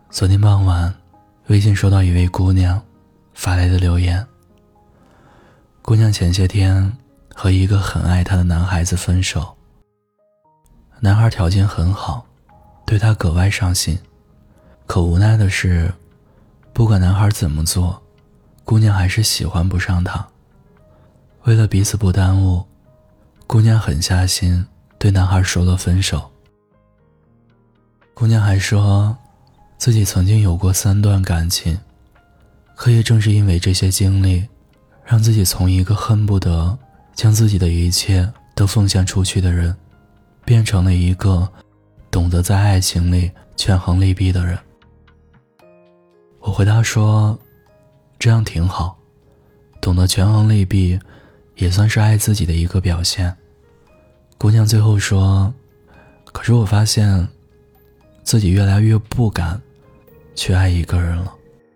昨天傍晚，微信收到一位姑娘发来的留言。姑娘前些天和一个很爱她的男孩子分手，男孩条件很好，对她格外上心，可无奈的是，不管男孩怎么做，姑娘还是喜欢不上他。为了彼此不耽误，姑娘狠下心对男孩说了分手。姑娘还说自己曾经有过3段感情，可也正是因为这些经历，让自己从一个恨不得将自己的一切都奉献出去的人，变成了一个懂得在爱情里权衡利弊的人。我回答说，这样挺好，懂得权衡利弊也算是爱自己的一个表现。姑娘最后说，可是我发现自己越来越不敢去爱一个人了。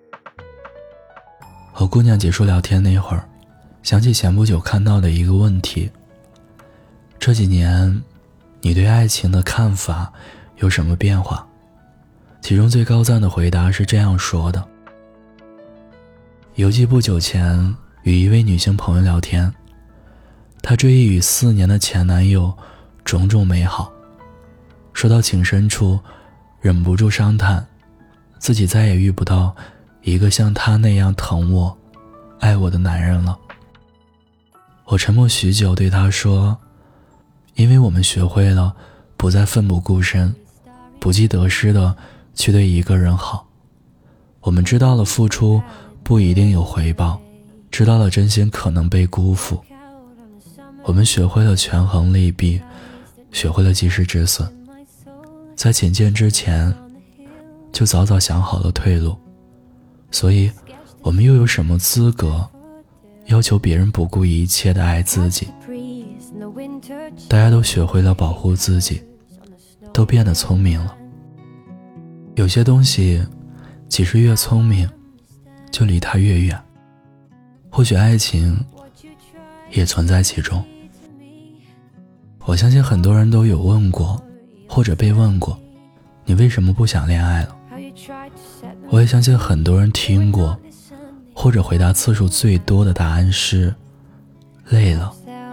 和姑娘结束聊天那会儿，想起前不久看到的一个问题，这几年你对爱情的看法有什么变化？其中最高赞的回答是这样说的：犹记不久前与一位女性朋友聊天，她追忆与4年的前男友种种美好，说到情深处忍不住伤叹，自己再也遇不到一个像他那样疼我、爱我的男人了。我沉默许久，对他说，因为我们学会了不再奋不顾身、不计得失的去对一个人好。我们知道了付出不一定有回报，知道了真心可能被辜负。我们学会了权衡利弊，学会了及时止损，在浅见之前就早早想好了退路。所以我们又有什么资格要求别人不顾一切地爱自己？大家都学会了保护自己，都变得聪明了。有些东西其实越聪明就离它越远，或许爱情也存在其中。我相信很多人都有问过或者被问过，你为什么不想恋爱了？我也相信很多人听过或者回答次数最多的答案是累了。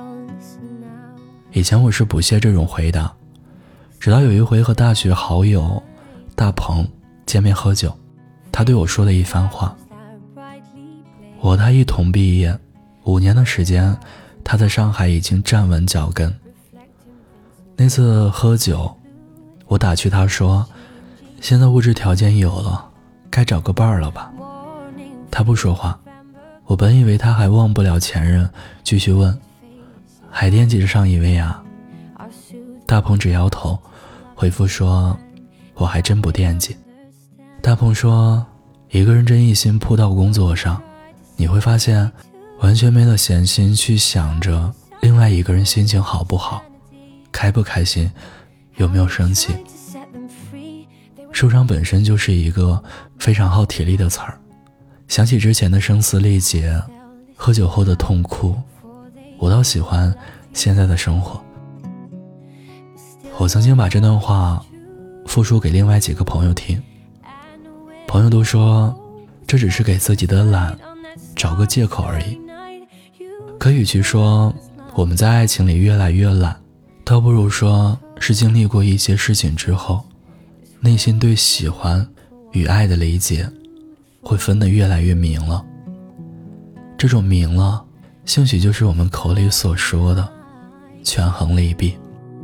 以前我是不屑这种回答，直到有一回和大学好友大鹏见面喝酒，他对我说了一番话。我和他一同毕业5年的时间，他在上海已经站稳脚跟。那次喝酒，我打趣他说，现在物质条件有了，该找个伴儿了吧。他不说话，我本以为他还忘不了前任，继续问，还惦记着上一位啊？大鹏只摇头，回复说，我还真不惦记。大鹏说，一个人真一心扑到工作上，你会发现完全没了闲心去想着另外一个人心情好不好，开不开心，有没有生气。受伤本身就是一个非常耗体力的词儿，想起之前的声嘶力竭，喝酒后的痛哭，我倒喜欢现在的生活。我曾经把这段话复述给另外几个朋友听，朋友都说这只是给自己的懒找个借口而已。可与其说我们在爱情里越来越懒，倒不如说是经历过一些事情之后，内心对喜欢与爱的理解会分得越来越明了。这种明了，兴许就是我们口里所说的权衡利弊。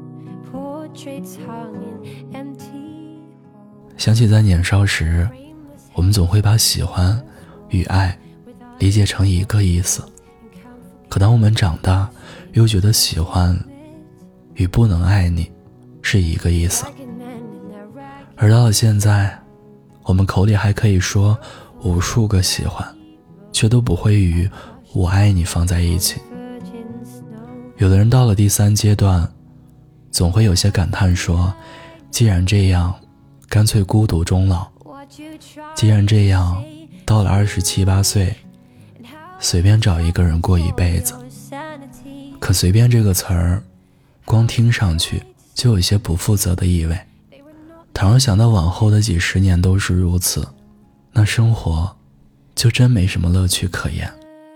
想起在年少时，我们总会把喜欢与爱理解成一个意思，可当我们长大，又觉得喜欢与不能爱你是一个意思。而到了现在，我们口里还可以说无数个喜欢，却都不会与我爱你放在一起。有的人到了第3阶段，总会有些感叹说，既然这样，干脆孤独终老。既然这样，到了27、28岁，随便找一个人过一辈子。可随便这个词儿，光听上去就有些不负责的意味。 倘若想到往后的几十年都是如此，那生活就真没什么乐趣可言。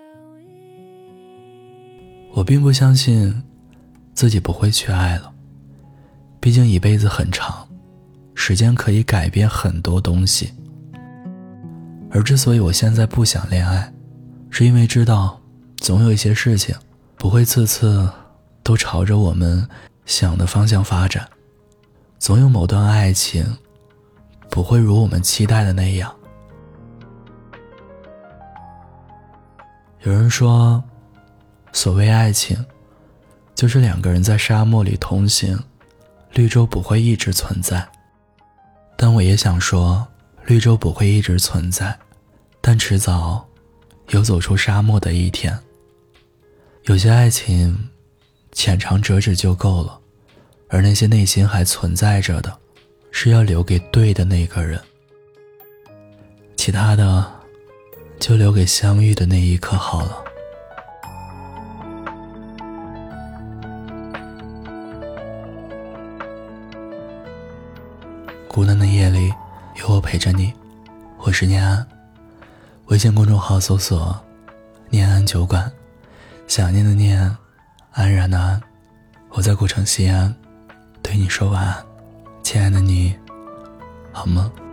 我并不相信自己不会去爱了，毕竟一辈子很长，时间可以改变很多东西。而之所以我现在不想恋爱，是因为知道总有一些事情不会次次都朝着我们想的方向发展，总有某段爱情不会如我们期待的那样。有人说，所谓爱情就是两个人在沙漠里同行，绿洲不会一直存在。但我也想说，绿洲不会一直存在，但迟早有走出沙漠的一天。有些爱情浅尝辄止就够了，而那些内心还存在着的，是要留给对的那个人，其他的就留给相遇的那一刻好了。孤单的夜里有我陪着你，我是念安。微信公众号搜索念安酒馆，想念的念，安然的安。我在古城西安对你说晚安，亲爱的你好吗？